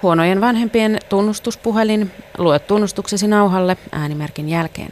Huonojen vanhempien tunnustuspuhelin. Lue tunnustuksesi nauhalle äänimerkin jälkeen.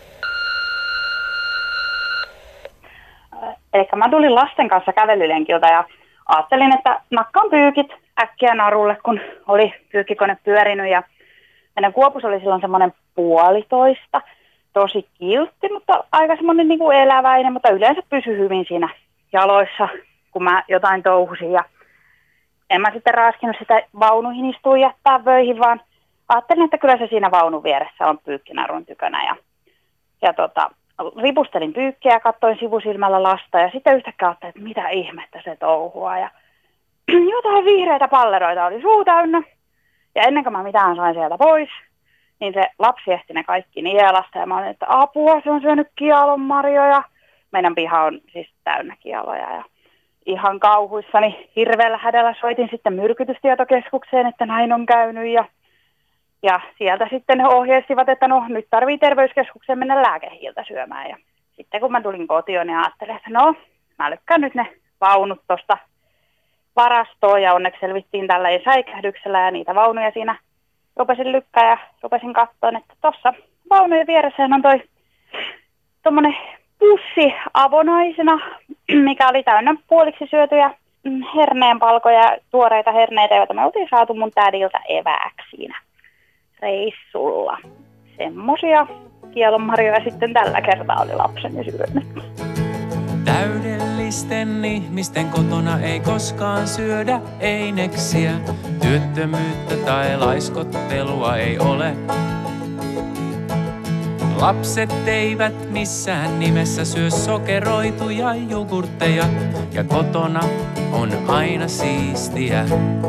Eli mä tulin lasten kanssa kävelylenkiltä ja ajattelin, että nakkaan pyykit äkkiä narulle, kun oli pyykkikone pyörinyt. Ja meidän Kuopus oli silloin semmoinen 1,5, tosi kiltti, mutta aika semmoinen niin kuin eläväinen, mutta yleensä pysyi hyvin siinä jaloissa, kun mä jotain touhusin. Ja en mä sitten raaskinut sitä vaunuihin istua jättää vöihin, vaan ajattelin, että kyllä se siinä vaunun vieressä on pyykkinarun tykönä. Ja ripustelin pyykkiä ja katsoin sivusilmällä lasta ja sitten yhtäkkiä ajattelin, että mitä ihmettä se touhua. Ja jotain vihreitä palleroita oli suu täynnä. Ja ennen kuin mä mitään sain sieltä pois, niin se lapsi ehti ne kaikki nielasta. Ja mä olin, että apua, se on syönyt kialonmarjoja. Meidän piha on siis täynnä kialoja. Ja ihan kauhuissani hirveällä hädällä soitin sitten myrkytystietokeskukseen, että näin on käynyt. Ja sieltä sitten ne ohjeistivat, että no nyt tarvii terveyskeskukseen mennä lääkehiiltä syömään. Ja sitten kun mä tulin kotiin, niin ajattelin, että no mä lykkään nyt ne vaunut tuosta varastoon. Ja onneksi selvittiin tällä säikähdyksellä ja niitä vaunuja siinä rupesin lykkää ja rupesin katsoa, että tuossa vaunujen vieressä on toi tommonen pussi avonaisena, mikä oli täynnä puoliksi syötyjä herneenpalkoja, tuoreita herneitä, joita me oltiin saatu mun tädiltä evääksi siinä reissulla. Semmosia kielonmarjoja sitten tällä kertaa oli lapseni syönyt. Täydellisten ihmisten kotona ei koskaan syödä eineksiä. Työttömyyttä tai laiskottelua ei ole. Lapset eivät missään nimessä syö sokeroituja jogurtteja. Ja kotona on aina siistiä.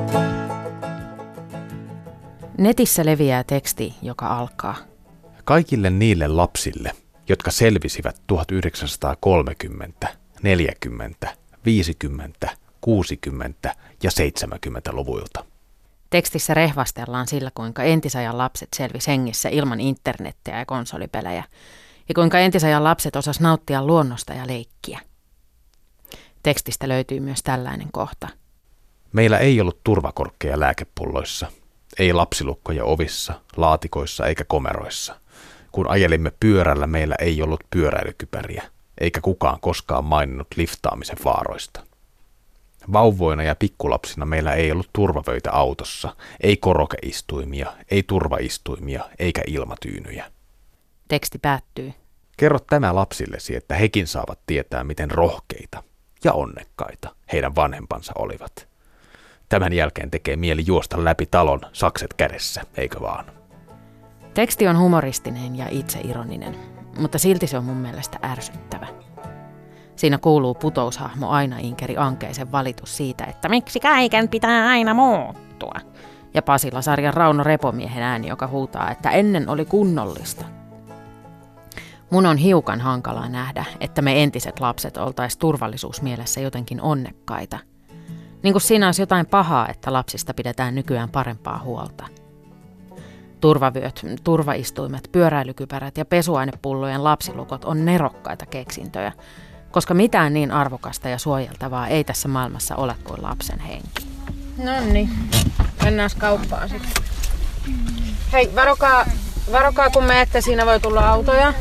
Netissä leviää teksti, joka alkaa. Kaikille niille lapsille, jotka selvisivät 1930, 40, 50, 60 ja 70-luvuilta. Tekstissä rehvastellaan sillä, kuinka entisajan lapset selvisi hengissä ilman internettiä ja konsolipelejä, ja kuinka entisajan lapset osas nauttia luonnosta ja leikkiä. Tekstistä löytyy myös tällainen kohta. Meillä ei ollut turvakorkkeja lääkepulloissa, ei lapsilukkoja ovissa, laatikoissa eikä komeroissa. Kun ajelimme pyörällä, meillä ei ollut pyöräilykypäriä, eikä kukaan koskaan maininnut liftaamisen vaaroista. Vauvoina ja pikkulapsina meillä ei ollut turvavöitä autossa, ei korokeistuimia, ei turvaistuimia eikä ilmatyynyjä. Teksti päättyy. Kerro tämä lapsillesi, että hekin saavat tietää, miten rohkeita ja onnekkaita heidän vanhempansa olivat. Tämän jälkeen tekee mieli juosta läpi talon sakset kädessä, eikö vaan? Teksti on humoristinen ja itseironinen, mutta silti se on mun mielestä ärsyttävä. Siinä kuuluu putoushahmo Aina Inkeri Ankeisen valitus siitä, että miksi kaiken pitää aina muuttua. Ja Pasila-sarjan Rauno Repomiehen ääni, joka huutaa, että ennen oli kunnollista. Mun on hiukan hankalaa nähdä, että me entiset lapset oltais turvallisuusmielessä jotenkin onnekkaita. Niin kuin siinä olisi jotain pahaa, että lapsista pidetään nykyään parempaa huolta. Turvavyöt, turvaistuimet, pyöräilykypärät ja pesuainepullojen lapsilukot on nerokkaita keksintöjä, koska mitään niin arvokasta ja suojeltavaa ei tässä maailmassa ole kuin lapsen henki. Nonni, mennään kauppaan sitten. Hei, varokaa kun menette, siinä voi tulla autoja.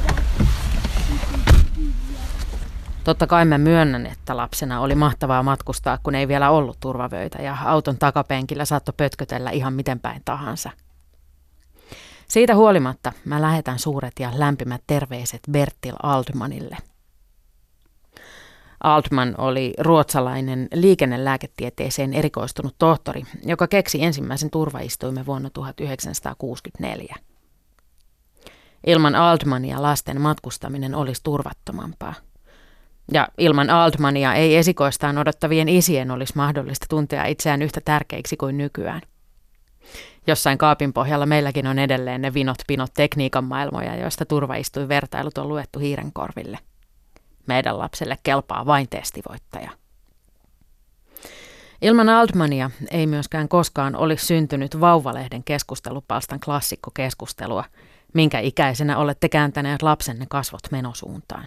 Totta kai mä myönnän, että lapsena oli mahtavaa matkustaa, kun ei vielä ollut turvavöitä ja auton takapenkillä saattoi pötkötellä ihan miten päin tahansa. Siitä huolimatta mä lähetän suuret ja lämpimät terveiset Bertil Altmanille. Altman oli ruotsalainen liikennelääketieteeseen erikoistunut tohtori, joka keksi ensimmäisen turvaistuimen vuonna 1964. Ilman Altmania lasten matkustaminen olisi turvattomampaa. Ja ilman Altmania ei esikoistaan odottavien isien olisi mahdollista tuntea itseään yhtä tärkeiksi kuin nykyään. Jossain kaapin pohjalla meilläkin on edelleen ne vinot pinot tekniikan maailmoja, joista turvaistuinvertailut on luettu hiirenkorville. Meidän lapselle kelpaa vain testivoittaja. Ilman Altmania ei myöskään koskaan olisi syntynyt Vauvalehden keskustelupalstan klassikkokeskustelua, minkä ikäisenä olette kääntäneet lapsenne kasvot menosuuntaan.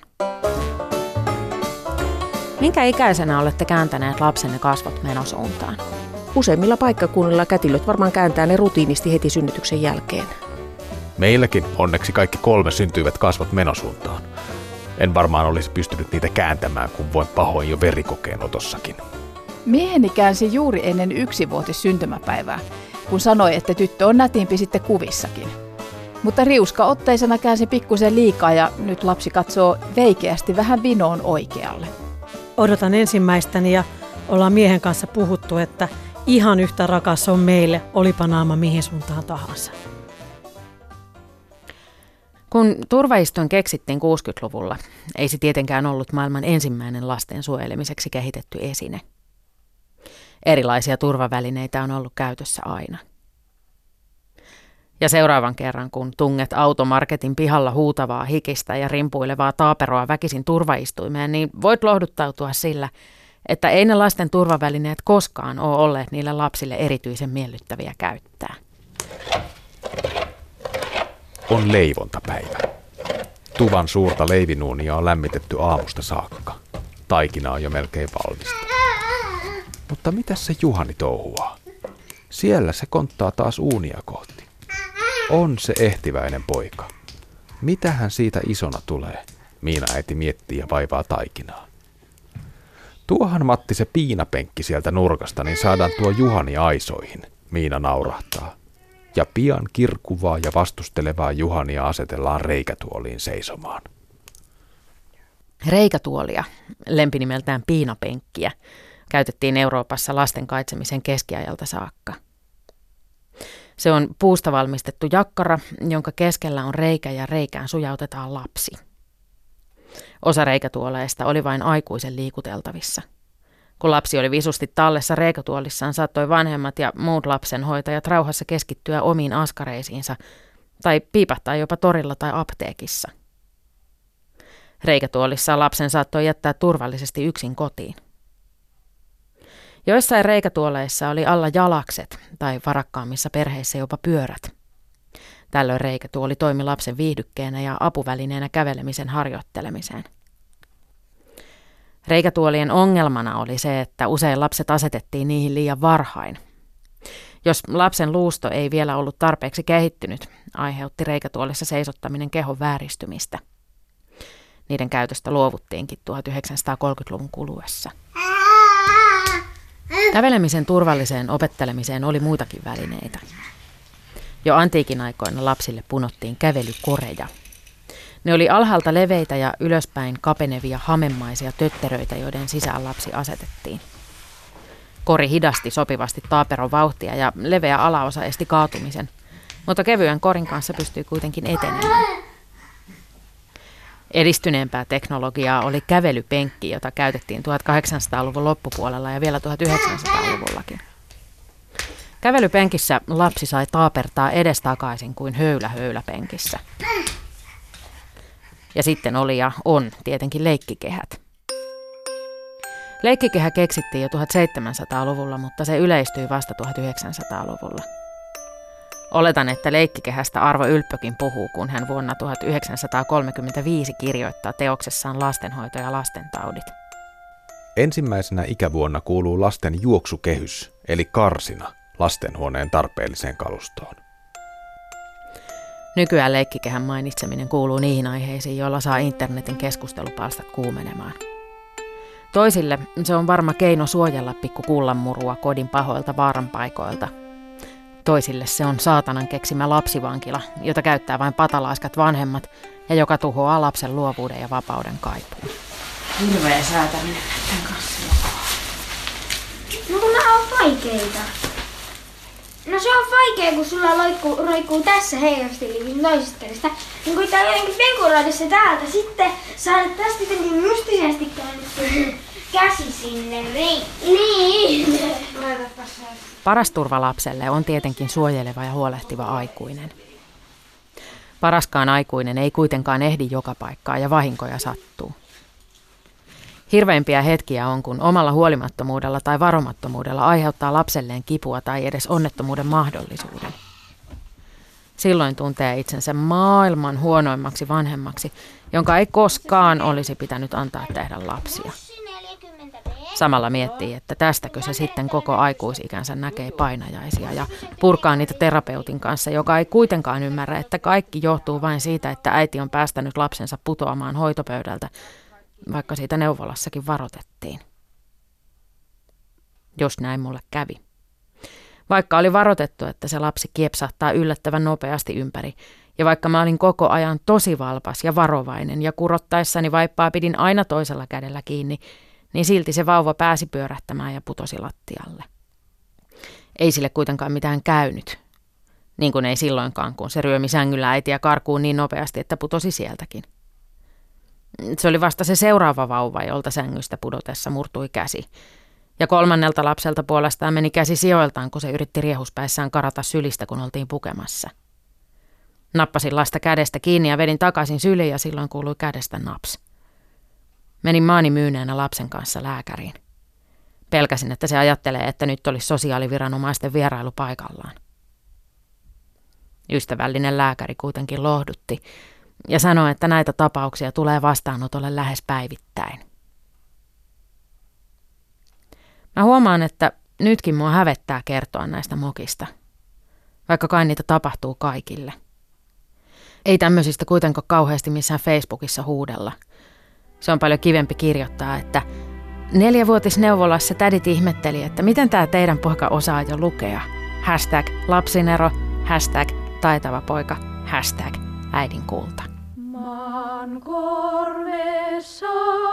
Minkä ikäisenä olette kääntäneet lapsenne kasvot menosuuntaan? Useimmilla paikkakunnilla kätilöt varmaan kääntää ne rutiinisti heti synnytyksen jälkeen. Meilläkin onneksi kaikki 3 syntyivät kasvot menosuuntaan. En varmaan olisi pystynyt niitä kääntämään, kun voin pahoin jo verikokeen otossakin. Mieheni käänsi juuri ennen 1-vuotis syntymäpäivää, kun sanoi, että tyttö on nätimpi sitten kuvissakin. Mutta riuska otteisena käänsi pikkusen liikaa ja nyt lapsi katsoo veikeästi vähän vinoon oikealle. Odotan ensimmäistäni ja ollaan miehen kanssa puhuttu, että ihan yhtä rakas on meille, olipa naama mihin suuntaan tahansa. Kun turvaistuin keksittiin 60-luvulla, ei se tietenkään ollut maailman ensimmäinen lasten suojelemiseksi kehitetty esine. Erilaisia turvavälineitä on ollut käytössä aina. Ja seuraavan kerran, kun tunget automarketin pihalla huutavaa hikistä ja rimpuilevaa taaperoa väkisin turvaistuimeen, niin voit lohduttautua sillä, että ei ne lasten turvavälineet koskaan ole olleet niille lapsille erityisen miellyttäviä käyttää. On leivontapäivä. Tuvan suurta leivinuunia on lämmitetty aamusta saakka. Taikina on jo melkein valmista. Mutta mitäs se Juhani touhuaa? Siellä se konttaa taas uunia kohti. On se ehtiväinen poika. Mitähän siitä isona tulee? Miina äiti miettii ja vaivaa taikinaa. Tuohan Matti se piinapenkki sieltä nurkasta, niin saadaan tuo Juhani aisoihin. Miina naurahtaa. Ja pian kirkuvaa ja vastustelevaa Juhania asetellaan reikätuoliin seisomaan. Reikätuolia, lempinimeltään piinapenkkiä, käytettiin Euroopassa lasten kaitsemisen keskiajalta saakka. Se on puusta valmistettu jakkara, jonka keskellä on reikä ja reikään sujautetaan lapsi. Osa reikätuoleista oli vain aikuisen liikuteltavissa. Kun lapsi oli visusti tallessa reikätuolissaan, saattoi vanhemmat ja muut lapsenhoitajat rauhassa keskittyä omiin askareisiinsa tai piipahtaa jopa torilla tai apteekissa. Reikätuolissa lapsen saattoi jättää turvallisesti yksin kotiin. Joissain reikätuoleissa oli alla jalakset tai varakkaammissa perheissä jopa pyörät. Tällöin reikätuoli toimi lapsen viihdykkeenä ja apuvälineenä kävelemisen harjoittelemiseen. Reikätuolien ongelmana oli se, että usein lapset asetettiin niihin liian varhain. Jos lapsen luusto ei vielä ollut tarpeeksi kehittynyt, aiheutti reikätuolissa seisottaminen kehon vääristymistä. Niiden käytöstä luovuttiinkin 1930-luvun kuluessa. Kävelemisen turvalliseen opettelemiseen oli muitakin välineitä. Jo antiikin aikoina lapsille punottiin kävelykoreja. Ne oli alhaalta leveitä ja ylöspäin kapenevia hamemaisia tötteröitä, joiden sisään lapsi asetettiin. Kori hidasti sopivasti taaperon vauhtia ja leveä alaosa esti kaatumisen, mutta kevyen korin kanssa pystyi kuitenkin etenemään. Edistyneempää teknologiaa oli kävelypenkki, jota käytettiin 1800-luvun loppupuolella ja vielä 1900-luvullakin. Kävelypenkissä lapsi sai taapertaa edestakaisin kuin höyläpenkissä. Ja sitten oli ja on tietenkin leikkikehät. Leikkikehä keksittiin jo 1700-luvulla, mutta se yleistyi vasta 1900-luvulla. Oletan, että leikkikehästä Arvo Ylppökin puhuu, kun hän vuonna 1935 kirjoittaa teoksessaan Lastenhoito ja lastentaudit. Ensimmäisenä ikävuonna kuuluu lasten juoksukehys, eli karsina, lastenhuoneen tarpeelliseen kalustoon. Nykyään leikkikehän mainitseminen kuuluu niihin aiheisiin, joilla saa internetin keskustelupalstat kuumenemaan. Toisille se on varma keino suojella pikku kullanmurua kodin pahoilta vaaranpaikoilta. Toisille se on saatanan keksimä lapsivankila, jota käyttää vain patalaiskat vanhemmat ja joka tuhoaa lapsen luovuuden ja vapauden kaipuun. Hirveä säätäminen tämän kanssa. No kun nämä on vaikeita. No se on vaikea, kun sulla roikkuu tässä heijastiliivin toisesta kädestä. Niin kun tää jotenkin penkuraadissa täältä, sitten saat tästä jotenkin mystisesti käännetty käsi sinne. Niin. Paras turva lapselle on tietenkin suojeleva ja huolehtiva aikuinen. Paraskaan aikuinen ei kuitenkaan ehdi joka paikkaan ja vahinkoja sattuu. Hirveimpiä hetkiä on, kun omalla huolimattomuudella tai varomattomuudella aiheuttaa lapselleen kipua tai edes onnettomuuden mahdollisuuden. Silloin tuntee itsensä maailman huonoimmaksi vanhemmaksi, jonka ei koskaan olisi pitänyt antaa tehdä lapsia. Samalla miettii, että tästäkö se sitten koko aikuisikänsä näkee painajaisia ja purkaa niitä terapeutin kanssa, joka ei kuitenkaan ymmärrä, että kaikki johtuu vain siitä, että äiti on päästänyt lapsensa putoamaan hoitopöydältä, vaikka siitä neuvolassakin varoitettiin. Just näin mulle kävi. Vaikka oli varoitettu, että se lapsi kiepsahtaa yllättävän nopeasti ympäri, ja vaikka mä olin koko ajan tosi valpas ja varovainen ja kurottaessani vaippaa pidin aina toisella kädellä kiinni, niin silti se vauva pääsi pyörähtämään ja putosi lattialle. Ei sille kuitenkaan mitään käynyt, niin kuin ei silloinkaan, kun se ryömi sängyllä äitiä karkuun niin nopeasti, että putosi sieltäkin. Se oli vasta se seuraava vauva, jolta sängystä pudotessa murtui käsi. Ja 3. lapselta puolestaan meni käsi sijoiltaan, kun se yritti riehuspäissään karata sylistä, kun oltiin pukemassa. Nappasin lasta kädestä kiinni ja vedin takaisin syliin ja silloin kuului kädestä naps. Menin maani myyneenä lapsen kanssa lääkäriin. Pelkäsin, että se ajattelee, että nyt olisi sosiaaliviranomaisten vierailu paikallaan. Ystävällinen lääkäri kuitenkin lohdutti ja sanoi, että näitä tapauksia tulee vastaanotolle lähes päivittäin. Mä huomaan, että nytkin mua hävettää kertoa näistä mokista, vaikka kai niitä tapahtuu kaikille. Ei tämmöisistä kuitenkaan kauheasti missään Facebookissa huudella. Se on paljon kivempi kirjoittaa, että 4-vuotisneuvolassa tädit ihmetteli, että miten tää teidän poika osaa jo lukea. #lapsinero, #taitava poika, #äidin kulta. Maan korvessa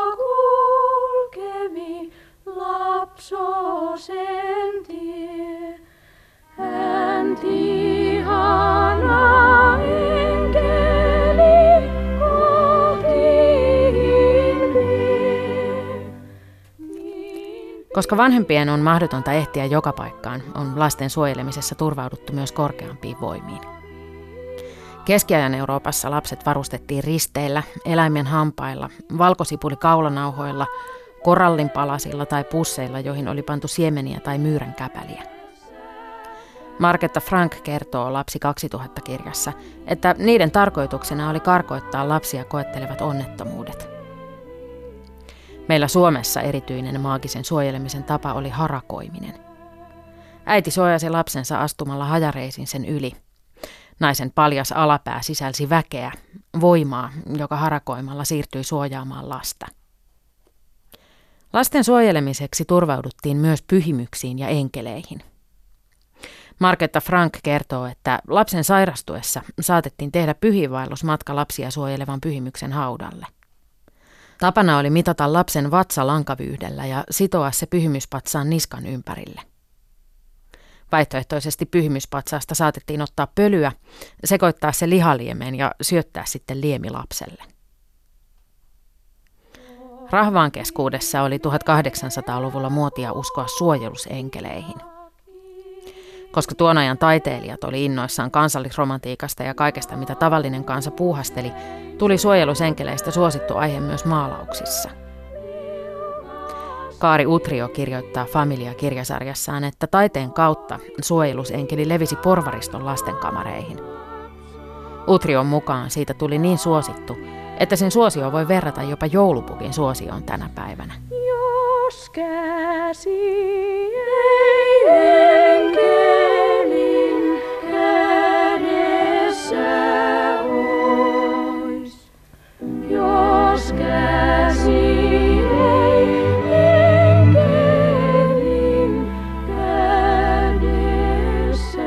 kulkevi lapsosen tie, hän ihana enkeli kotiin vie. Koska vanhempien on mahdotonta ehtiä joka paikkaan, on lasten suojelemisessa turvauduttu myös korkeampiin voimiin. Keskiajan Euroopassa lapset varustettiin risteillä, eläimen hampailla, valkosipuli-kaulanauhoilla, korallinpalasilla tai pusseilla, joihin oli pantu siemeniä tai myyrän käpäliä. Marketta Frank kertoo Lapsi 2000-kirjassa, että niiden tarkoituksena oli karkoittaa lapsia koettelevat onnettomuudet. Meillä Suomessa erityinen maagisen suojelemisen tapa oli harakoiminen. Äiti suojasi lapsensa astumalla hajareisin sen yli. Naisen paljas alapää sisälsi väkeä, voimaa, joka harakoimalla siirtyi suojaamaan lasta. Lasten suojelemiseksi turvauduttiin myös pyhimyksiin ja enkeleihin. Marketta Frank kertoo, että lapsen sairastuessa saatettiin tehdä pyhiinvaellusmatka lapsia suojelevan pyhimyksen haudalle. Tapana oli mitata lapsen vatsa lankavyydellä ja sitoa se pyhimyspatsaan niskan ympärille. Vaihtoehtoisesti pyhimyspatsaasta saatettiin ottaa pölyä, sekoittaa se lihaliemeen ja syöttää sitten liemi lapselle. Rahvaan keskuudessa oli 1800-luvulla muotia uskoa suojelusenkeleihin. Koska tuon ajan taiteilijat oli innoissaan kansallisromantiikasta ja kaikesta, mitä tavallinen kansa puuhasteli, tuli suojelusenkeleistä suosittu aihe myös maalauksissa. Kaari Utrio kirjoittaa Familia-kirjasarjassaan, että taiteen kautta suojelusenkeli levisi porvariston lastenkamareihin. Utrion mukaan siitä tuli niin suosittu, että sen suosio voi verrata jopa joulupukin suosioon tänä päivänä. Jos käsi ei enkelin kädessä ois, jos käsi ei enkelin kädessä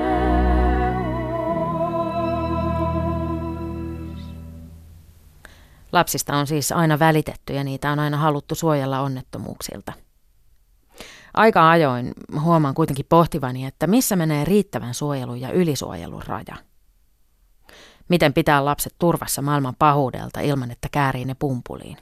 ois. Lapsista on siis aina välitetty ja niitä on aina haluttu suojella onnettomuuksilta. Aika ajoin huomaan kuitenkin pohtivani, että missä menee riittävän suojelun ja ylisuojelun raja. Miten pitää lapset turvassa maailman pahuudelta ilman, että käärii ne pumpuliin?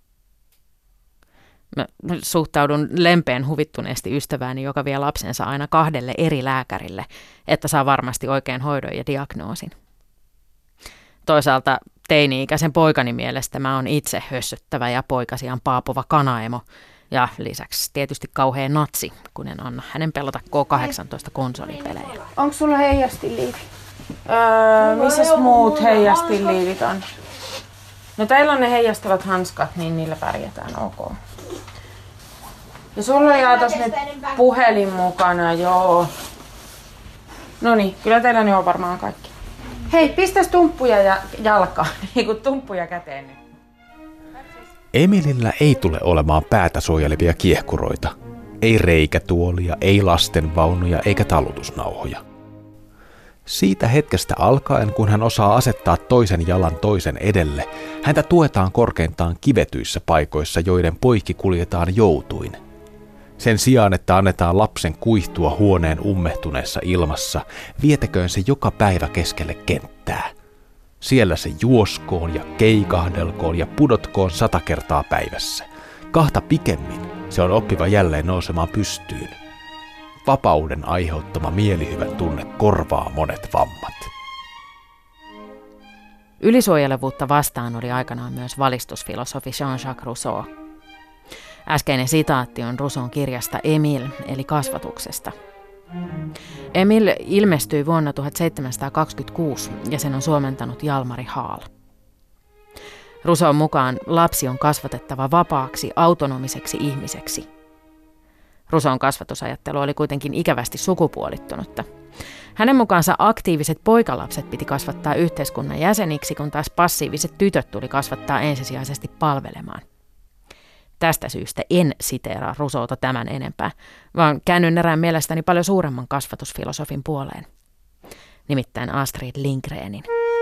Mä suhtaudun lempeän huvittuneesti ystävääni, joka vie lapsensa aina 2 eri lääkärille, että saa varmasti oikein hoidon ja diagnoosin. Toisaalta teini-ikäisen poikani mielestä mä oon itse hössöttävä ja poikasiaan paapova kanaemo. Ja lisäksi tietysti kauhea natsi, kun en anna hänen pelata K18-konsolipelejä. Onko sulla heijastiliivi? Missä muut heijastiliivit on? No teillä on ne heijastavat hanskat, niin niillä pärjätään ok. Ja sulla jää tossa nyt puhelin mukana, joo. Noniin, kyllä teillä nyt on varmaan kaikki. Hei, pistäs tumppuja ja jalkaan, niin kuin tumppuja käteen nyt. Emilillä ei tule olemaan päätä suojelevia kiehkuroita. Ei reikätuolia, ei lastenvaunuja eikä talutusnauhoja. Siitä hetkestä alkaen, kun hän osaa asettaa toisen jalan toisen edelle, häntä tuetaan korkeintaan kivetyissä paikoissa, joiden poikki kuljetaan joutuin. Sen sijaan, että annetaan lapsen kuihtua huoneen ummehtuneessa ilmassa, vietäköön se joka päivä keskelle kenttää. Siellä se juoskoon ja keikahdelkoon ja pudotkoon 100 kertaa päivässä. 2 pikemmin se on oppiva jälleen nousemaan pystyyn. Vapauden aiheuttama mielihyvän tunne korvaa monet vammat. Ylisuojelevuutta vastaan oli aikanaan myös valistusfilosofi Jean-Jacques Rousseau. Äskeinen sitaatti on Rousseaun kirjasta Emile, eli kasvatuksesta. Emile ilmestyi vuonna 1726 ja sen on suomentanut Jalmari Haal. Rousseaun mukaan lapsi on kasvatettava vapaaksi, autonomiseksi ihmiseksi. Rousseaun kasvatusajattelu oli kuitenkin ikävästi sukupuolittunutta. Hänen mukaansa aktiiviset poikalapset piti kasvattaa yhteiskunnan jäseniksi, kun taas passiiviset tytöt tuli kasvattaa ensisijaisesti palvelemaan. Tästä syystä en siteeraa Rousseauta tämän enempää, vaan käännyn erään mielestäni paljon suuremman kasvatusfilosofin puoleen, nimittäin Astrid Lindgrenin.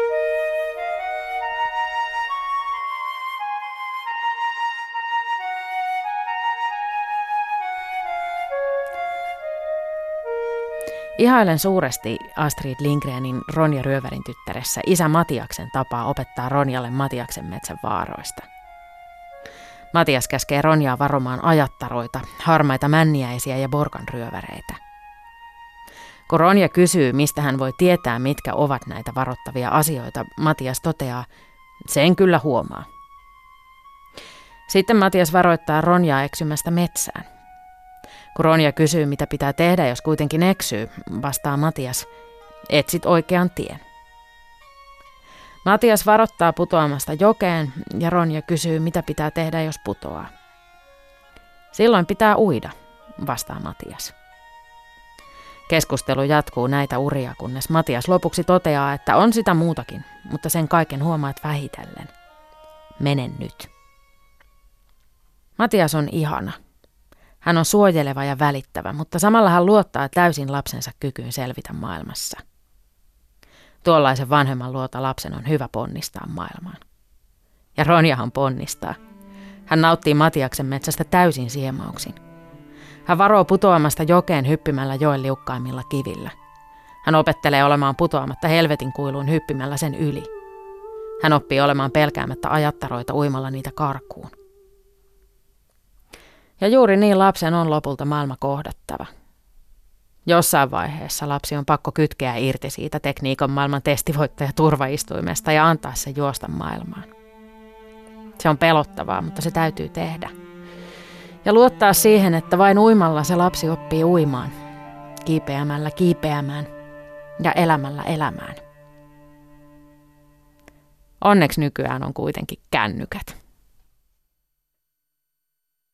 Ihailen suuresti Astrid Lindgrenin Ronja Ryövärin tyttäressä isä Matiaksen tapaa opettaa Ronjalle Matiaksen metsän vaaroista. Matias käskee Ronjaa varomaan ajattaroita, harmaita männiäisiä ja porkanryöväreitä. Kun Ronja kysyy, mistä hän voi tietää, mitkä ovat näitä varoittavia asioita, Matias toteaa, sen kyllä huomaa. Sitten Matias varoittaa Ronjaa eksymästä metsään. Kun Ronja kysyy, mitä pitää tehdä, jos kuitenkin eksyy, vastaa Matias, etsit oikean tien. Matias varoittaa putoamasta jokeen ja Ronja kysyy, mitä pitää tehdä, jos putoaa. Silloin pitää uida, vastaa Matias. Keskustelu jatkuu näitä uria, kunnes Matias lopuksi toteaa, että on sitä muutakin, mutta sen kaiken huomaat vähitellen. Mene nyt. Matias on ihana. Hän on suojeleva ja välittävä, mutta samalla hän luottaa täysin lapsensa kykyyn selvitä maailmassa. Tuollaisen vanhemman luota lapsen on hyvä ponnistaa maailmaan. Ja Ronjahan ponnistaa. Hän nauttii Matiaksen metsästä täysin siemauksin. Hän varoo putoamasta jokeen hyppimällä joen liukkaimmilla kivillä. Hän opettelee olemaan putoamatta helvetin kuiluun hyppimällä sen yli. Hän oppii olemaan pelkäämättä ajattaroita uimalla niitä karkuun. Ja juuri niin lapsen on lopulta maailma kohdattava. Jossain vaiheessa lapsi on pakko kytkeä irti siitä tekniikan maailman testivoittaja turvaistuimesta ja antaa se juosta maailmaan. Se on pelottavaa, mutta se täytyy tehdä. Ja luottaa siihen, että vain uimalla se lapsi oppii uimaan, kiipeämällä kiipeämään ja elämällä elämään. Onneksi nykyään on kuitenkin kännykät.